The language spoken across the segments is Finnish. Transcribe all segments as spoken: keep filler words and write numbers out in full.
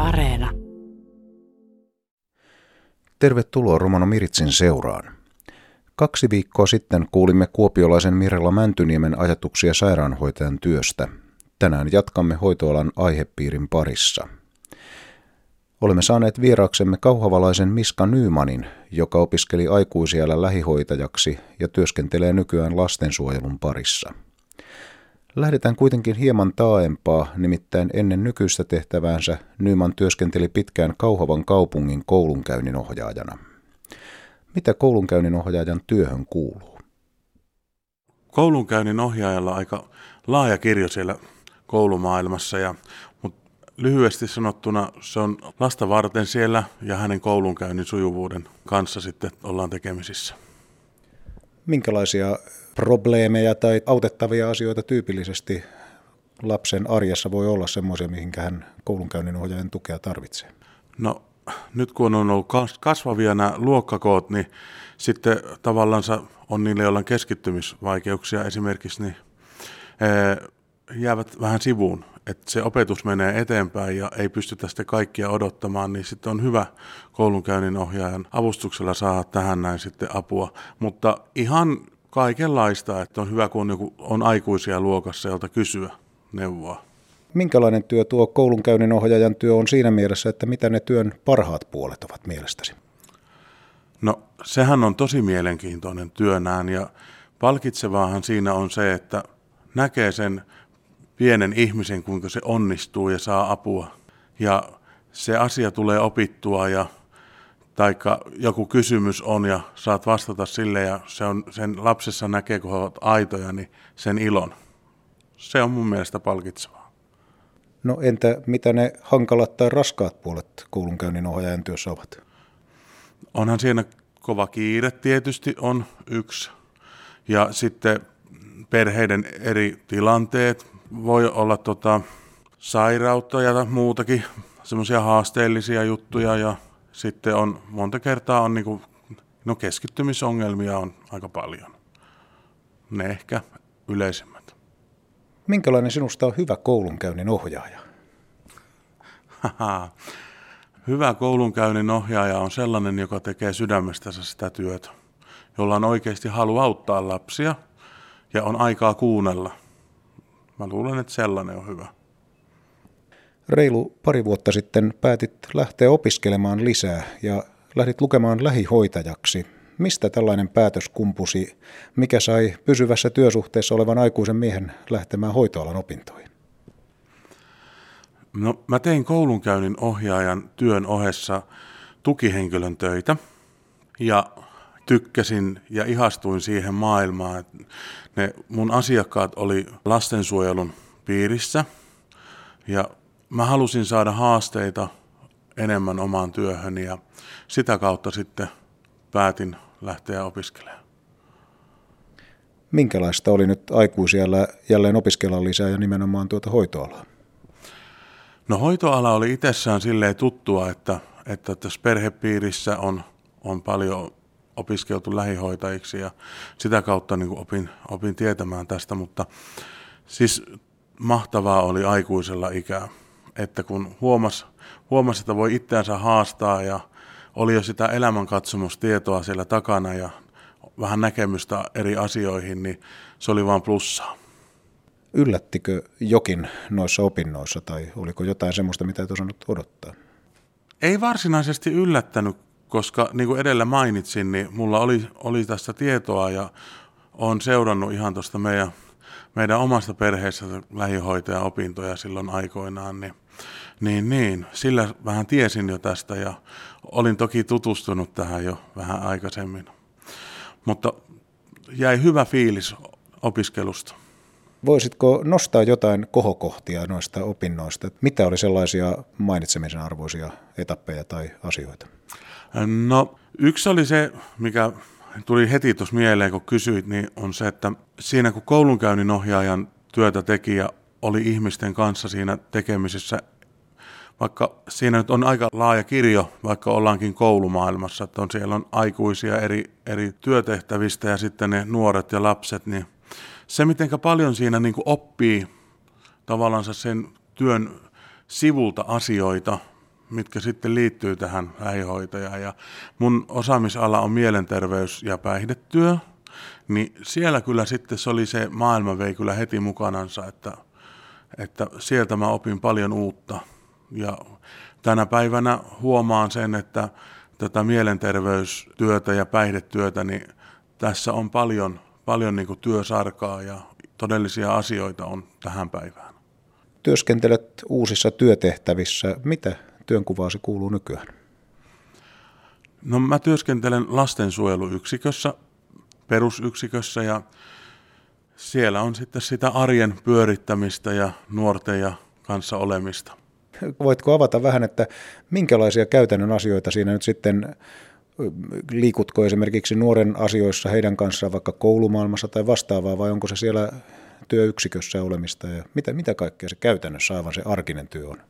Areena. Tervetuloa Romano Miritsin seuraan. Kaksi viikkoa sitten kuulimme kuopiolaisen Mirella Mäntyniemen ajatuksia sairaanhoitajan työstä. Tänään jatkamme hoitoalan aihepiirin parissa. Olemme saaneet vieraaksemme kauhavalaisen Miska Nymanin, joka opiskeli aikuisiällä lähihoitajaksi ja työskentelee nykyään lastensuojelun parissa. Lähdetään kuitenkin hieman taaempaa, nimittäin ennen nykyistä tehtäväänsä Nyman työskenteli pitkään Kauhavan kaupungin koulunkäynninohjaajana. Mitä koulunkäynninohjaajan työhön kuuluu? Koulunkäynninohjaajalla on aika laaja kirjo siellä koulumaailmassa, ja, mutta lyhyesti sanottuna se on lasta varten siellä ja hänen koulunkäynnin sujuvuuden kanssa sitten ollaan tekemisissä. Minkälaisia probleemeja tai autettavia asioita tyypillisesti lapsen arjessa voi olla semmoisia, mihinkä hän koulunkäynninohjaajan tukea tarvitsee? No nyt kun on ollut kasvavia nämä luokkakoot, niin sitten tavallaan on niille, joilla on keskittymisvaikeuksia esimerkiksi, niin jäävät vähän sivuun. Että se opetus menee eteenpäin ja ei pystytä sitten kaikkia odottamaan, niin sitten on hyvä koulunkäynninohjaajan avustuksella saada tähän näin sitten apua. Mutta ihan kaikenlaista, että on hyvä, kun joku on aikuisia luokassa, jolta kysyä neuvoa. Minkälainen työ tuo koulunkäynninohjaajan työ on siinä mielessä, että mitä ne työn parhaat puolet ovat mielestäsi? No sehän on tosi mielenkiintoinen työnään, ja palkitsevaahan siinä on se, että näkee sen pienen ihmisen, kuinka se onnistuu ja saa apua. Ja se asia tulee opittua ja taikka joku kysymys on ja saat vastata sille ja se on, sen lapsessa näkee, kun he ovat aitoja, niin sen ilon. Se on mun mielestä palkitsevaa. No entä mitä ne hankalat tai raskaat puolet koulunkäynninohjaajan työssä ovat? Onhan siinä kova kiire tietysti on yksi. Ja sitten perheiden eri tilanteet. Voi olla tota, sairautta ja muutakin, semmoisia haasteellisia juttuja, ja sitten on monta kertaa on niinku, no keskittymisongelmia on aika paljon. Ne ehkä yleisimmät. Minkälainen sinusta on hyvä koulunkäynnin ohjaaja? Hyvä koulunkäynnin ohjaaja on sellainen, joka tekee sydämestänsä sitä työtä, jolla on oikeasti halu auttaa lapsia ja on aikaa kuunnella. Mä luulen, että sellainen on hyvä. Reilu pari vuotta sitten päätit lähteä opiskelemaan lisää ja lähdit lukemaan lähihoitajaksi. Mistä tällainen päätös kumpusi? Mikä sai pysyvässä työsuhteessa olevan aikuisen miehen lähtemään hoitoalan opintoihin? No, mä tein koulunkäynnin ohjaajan työn ohessa tukihenkilön töitä ja tykkäsin ja ihastuin siihen maailmaan, että ne mun asiakkaat oli lastensuojelun piirissä ja mä halusin saada haasteita enemmän omaan työhöni ja sitä kautta sitten päätin lähteä opiskelemaan. Minkälaista oli nyt aikuisiällä jälleen opiskella lisää ja nimenomaan tuota hoitoalaa? No hoitoala oli itsessään silleen tuttua, että, että tässä perhepiirissä on, on paljon opiskeltu lähihoitajiksi ja sitä kautta niin kuin opin, opin tietämään tästä, mutta siis mahtavaa oli aikuisella ikää, että kun huomasi, huomasi että voi itseänsä haastaa ja oli jo sitä elämänkatsomustietoa siellä takana ja vähän näkemystä eri asioihin, niin se oli vaan plussaa. Yllättikö jokin noissa opinnoissa tai oliko jotain semmoista, mitä et osannut odottaa? Ei varsinaisesti yllättänyt, koska niin kuin edellä mainitsin, niin mulla oli, oli tästä tietoa ja olen seurannut ihan tuosta meidän, meidän omasta perheestä lähihoitajan opintoja silloin aikoinaan, niin, niin, niin sillä vähän tiesin jo tästä ja olin toki tutustunut tähän jo vähän aikaisemmin, mutta jäi hyvä fiilis opiskelusta. Voisitko nostaa jotain kohokohtia noista opinnoista? Mitä oli sellaisia mainitsemisen arvoisia etappeja tai asioita? No yksi oli se, mikä tuli heti tuossa mieleen, kun kysyit, niin on se, että siinä kun koulunkäynnin ohjaajan työtä teki ja oli ihmisten kanssa siinä tekemisessä, vaikka siinä nyt on aika laaja kirjo, vaikka ollaankin koulumaailmassa, että on, siellä on aikuisia eri, eri työtehtävistä ja sitten ne nuoret ja lapset, niin se, miten paljon siinä niin kuin oppii tavallaan sen työn sivulta asioita, mitkä sitten liittyy tähän lähihoitajaan. Ja mun osaamisala on mielenterveys- ja päihdetyö, niin siellä kyllä sitten se oli se maailma vei kyllä heti mukanansa, että, että sieltä mä opin paljon uutta. Ja tänä päivänä huomaan sen, että tätä mielenterveystyötä ja päihdetyötä, niin tässä on paljon, paljon niin kuin työsarkaa ja todellisia asioita on tähän päivään. Työskentelet uusissa työtehtävissä. Mitä työnkuvaasi kuuluu nykyään? No mä työskentelen lastensuojeluyksikössä, perusyksikössä ja siellä on sitten sitä arjen pyörittämistä ja nuorten ja kanssa olemista. Voitko avata vähän, että minkälaisia käytännön asioita siinä nyt sitten, liikutko esimerkiksi nuoren asioissa heidän kanssaan vaikka koulumaailmassa tai vastaavaa, vai onko se siellä työyksikössä olemista ja mitä, mitä kaikkea se käytännössä aivan se arkinen työ on?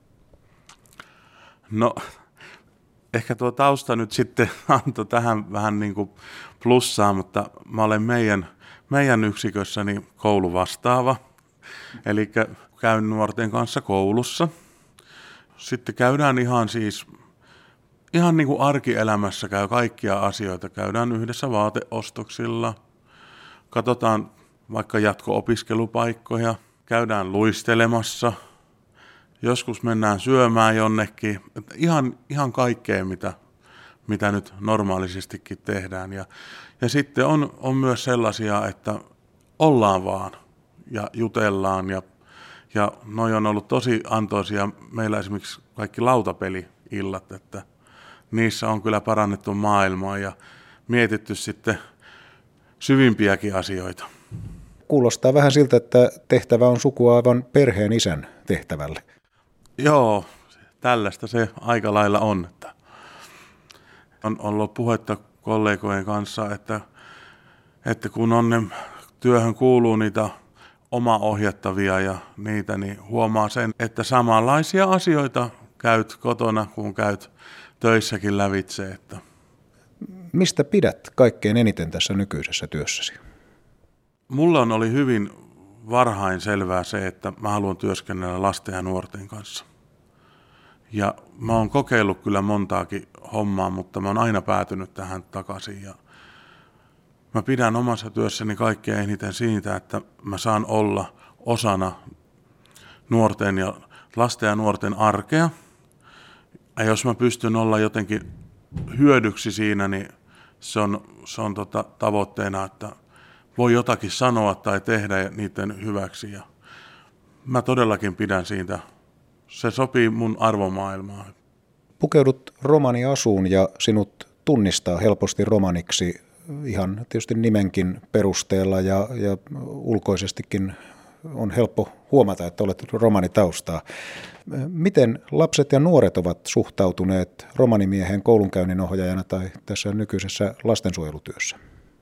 No ehkä tuo tausta nyt sitten antoi tähän vähän niin kuin plussaa, mutta mä olen meidän, meidän yksikössäni kouluvastaava, eli käyn nuorten kanssa koulussa. Sitten käydään ihan siis, ihan niin kuin arkielämässä käy kaikkia asioita. Käydään yhdessä vaateostoksilla, katsotaan vaikka jatko-opiskelupaikkoja, käydään luistelemassa, joskus mennään syömään jonnekin. Ihan, ihan kaikkea, mitä, mitä nyt normaalisestikin tehdään. Ja, ja sitten on, on myös sellaisia, että ollaan vaan ja jutellaan ja Ja noi on ollut tosi antoisia. Meillä esimerkiksi kaikki lautapeli-illat, että niissä on kyllä parannettu maailmaa ja mietitty sitten syvimpiäkin asioita. Kuulostaa vähän siltä, että tehtävä on sukua aivan perheen isän tehtävälle. Joo, tällaista se aika lailla on. Että on ollut puhetta kollegojen kanssa, että, että kun on ne, työhön kuuluu niitä oma-ohjattavia ja niitä, niin huomaa sen, että samanlaisia asioita käyt kotona, kun käyt töissäkin lävitse. Että. Mistä pidät kaikkein eniten tässä nykyisessä työssäsi? Mulla on oli hyvin varhain selvää se, että mä haluan työskennellä lasten ja nuorten kanssa. Ja mä oon kokeillut kyllä montaakin hommaa, mutta mä oon aina päätynyt tähän takaisin. Ja mä pidän omassa työssäni kaikkein eniten siitä, että mä saan olla osana nuorten ja lasten ja nuorten arkea. Ja jos mä pystyn olla jotenkin hyödyksi siinä, niin se on, se on tota tavoitteena, että voi jotakin sanoa tai tehdä niiden hyväksi. Ja mä todellakin pidän siitä. Se sopii mun arvomaailmaan. Pukeudut romaniasuun ja sinut tunnistaa helposti romaniksi ihan tietysti nimenkin perusteella ja, ja ulkoisestikin on helppo huomata, että olet romanitaustaa. Miten lapset ja nuoret ovat suhtautuneet romanimieheen koulunkäynnin ohjaajana tai tässä nykyisessä lastensuojelutyössä?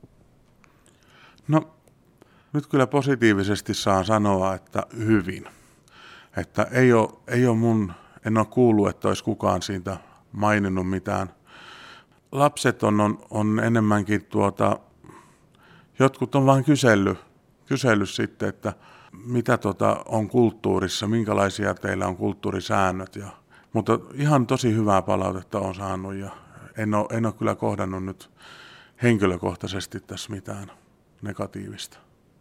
No nyt kyllä positiivisesti saan sanoa, että hyvin. Että ei ole, ei ole mun, en ole kuullut, että olisi kukaan siitä maininnut mitään. Lapset on, on, on enemmänkin tuota, jotkut on vain kysellyt, kysellyt sitten, että mitä tota on kulttuurissa, minkälaisia teillä on kulttuurisäännöt. Ja, mutta ihan tosi hyvää palautetta on saanut ja en ole, en ole kyllä kohdannut nyt henkilökohtaisesti tässä mitään negatiivista.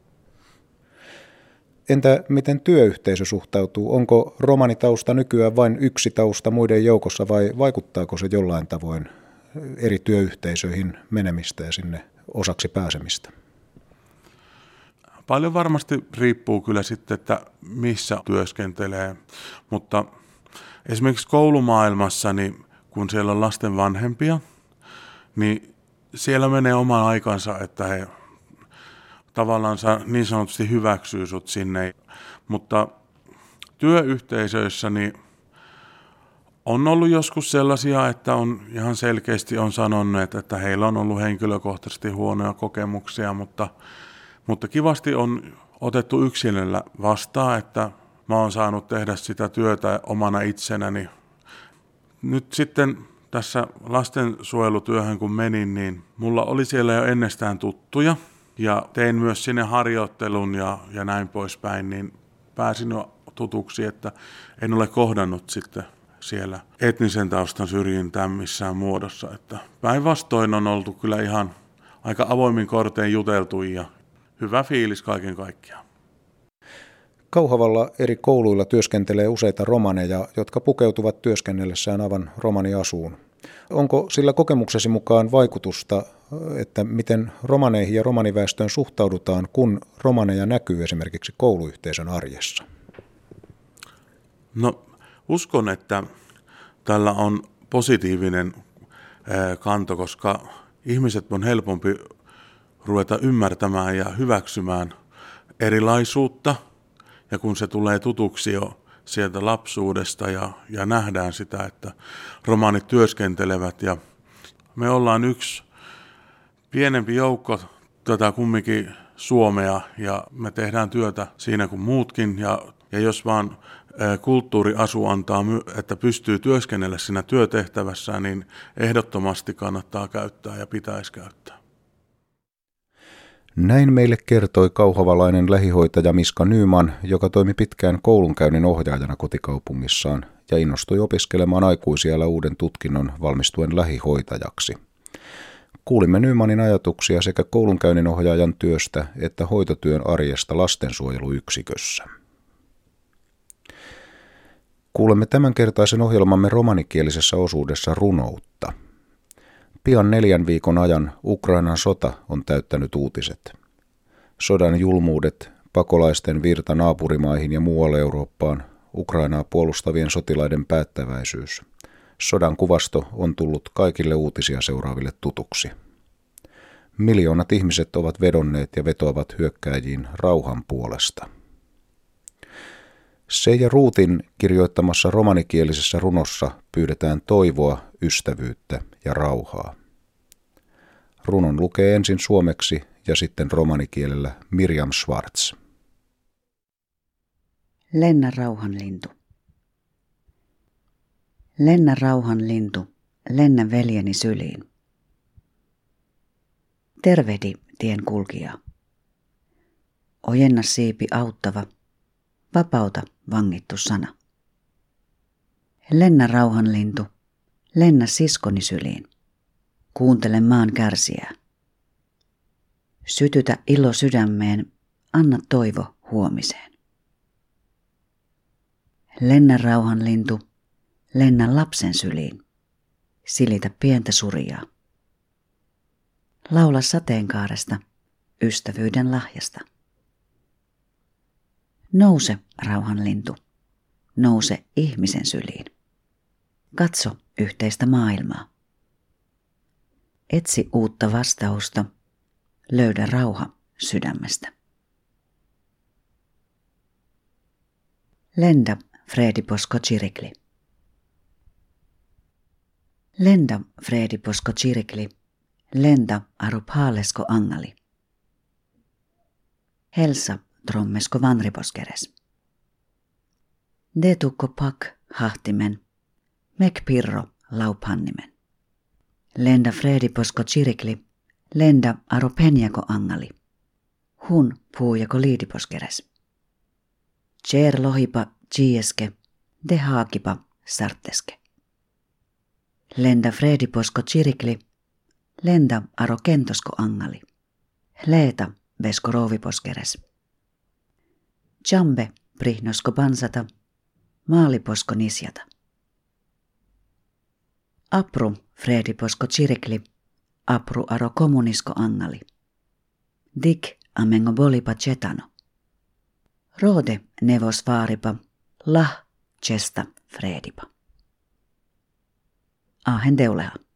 Entä miten työyhteisö suhtautuu? Onko romanitausta nykyään vain yksi tausta muiden joukossa vai vaikuttaako se jollain tavoin eri työyhteisöihin menemistä ja sinne osaksi pääsemistä? Paljon varmasti riippuu kyllä sitten, että missä työskentelee, mutta esimerkiksi koulumaailmassa, niin kun siellä on lasten vanhempia, niin siellä menee oman aikansa, että he tavallaan niin sanotusti hyväksyy sut sinne, mutta työyhteisöissä niin on ollut joskus sellaisia, että on ihan selkeästi on sanonut, että heillä on ollut henkilökohtaisesti huonoja kokemuksia, mutta, mutta kivasti on otettu yksilöllä vastaan, että mä oon saanut tehdä sitä työtä omana itsenäni. Nyt sitten tässä lastensuojelutyöhön kun menin, niin mulla oli siellä jo ennestään tuttuja ja tein myös sinne harjoittelun ja, ja näin poispäin, niin pääsin jo tutuksi, että en ole kohdannut sitten siellä etnisen taustan syrjintään missään muodossa. Että päinvastoin on oltu kyllä ihan aika avoimin kortein juteltu ja hyvä fiilis kaiken kaikkiaan. Kauhavalla eri kouluilla työskentelee useita romaneja, jotka pukeutuvat työskennellessään aivan romaniasuun. Onko sillä kokemuksesi mukaan vaikutusta, että miten romaneihin ja romaniväestöön suhtaudutaan, kun romaneja näkyy esimerkiksi kouluyhteisön arjessa? No uskon, että tällä on positiivinen kanto, koska ihmiset on helpompi ruveta ymmärtämään ja hyväksymään erilaisuutta. Ja kun se tulee tutuksi jo sieltä lapsuudesta ja, ja nähdään sitä, että romanit työskentelevät ja me ollaan yksi pienempi joukko tätä kumminkin Suomea ja me tehdään työtä siinä kuin muutkin ja, ja jos vaan kulttuuriasu antaa, että pystyy työskennellä siinä työtehtävässä, niin ehdottomasti kannattaa käyttää ja pitäisi käyttää. Näin meille kertoi kauhavalainen lähihoitaja Miska Nyman, joka toimi pitkään koulunkäynnin ohjaajana kotikaupungissaan ja innostui opiskelemaan aikuisiällä uuden tutkinnon valmistuen lähihoitajaksi. Kuulimme Nymanin ajatuksia sekä koulunkäynnin ohjaajan työstä että hoitotyön arjesta lastensuojeluyksikössä. Kuulemme tämänkertaisen ohjelmamme romanikielisessä osuudessa runoutta. Pian neljän viikon ajan Ukrainan sota on täyttänyt uutiset. Sodan julmuudet, pakolaisten virta naapurimaihin ja muualle Eurooppaan, Ukrainaa puolustavien sotilaiden päättäväisyys. Sodan kuvasto on tullut kaikille uutisia seuraaville tutuksi. Miljoonat ihmiset ovat vedonneet ja vetoavat hyökkääjiin rauhan puolesta. Seija Ruutin kirjoittamassa romanikielisessä runossa pyydetään toivoa, ystävyyttä ja rauhaa. Runon lukee ensin suomeksi ja sitten romanikielellä Mirjam Schwartz. Lennä rauhanlintu. Lennä rauhanlintu, lennä veljeni syliin. Tervehdi tien kulkijaa. Ojenna siipi auttava, vapauta vangittu sana. Lennä rauhanlintu, lennä siskoni syliin. Kuuntele maan kärsijää. Sytytä ilo sydämeen, anna toivo huomiseen. Lennä rauhanlintu, lennä lapsen syliin. Silitä pientä surjaa. Laula sateenkaaresta, ystävyyden lahjasta. Nouse, rauhanlintu, nouse ihmisen syliin. Katso yhteistä maailmaa. Etsi uutta vastausta, löydä rauha sydämestä. Lenda Frediposko Chirikli. Lenda Frediposko Chirikli, lenda arupaalesko angali. Helsa trommesko vanriposkeres. Detukko pak hahtimen, mek pirro lauphannimen. Lenda Frediposko Chirikli, lenda aropenjako angali. Hun puujako liidiposkeres. Cher lohipa chieske, de haakipa sarteske. Lenda Frediposko Chirikli, lenda aro kentosko angali. Leeta vesko rooviposkeres. Jambe prihnosko pansata, maaliposko nisjata. Apru Frediposko Chirikli, apru aro kommunisko angali. Dik amengo bolipa chetano. Rode nevos vaaripa, lah chesta Fredipa. Ahen deuleha.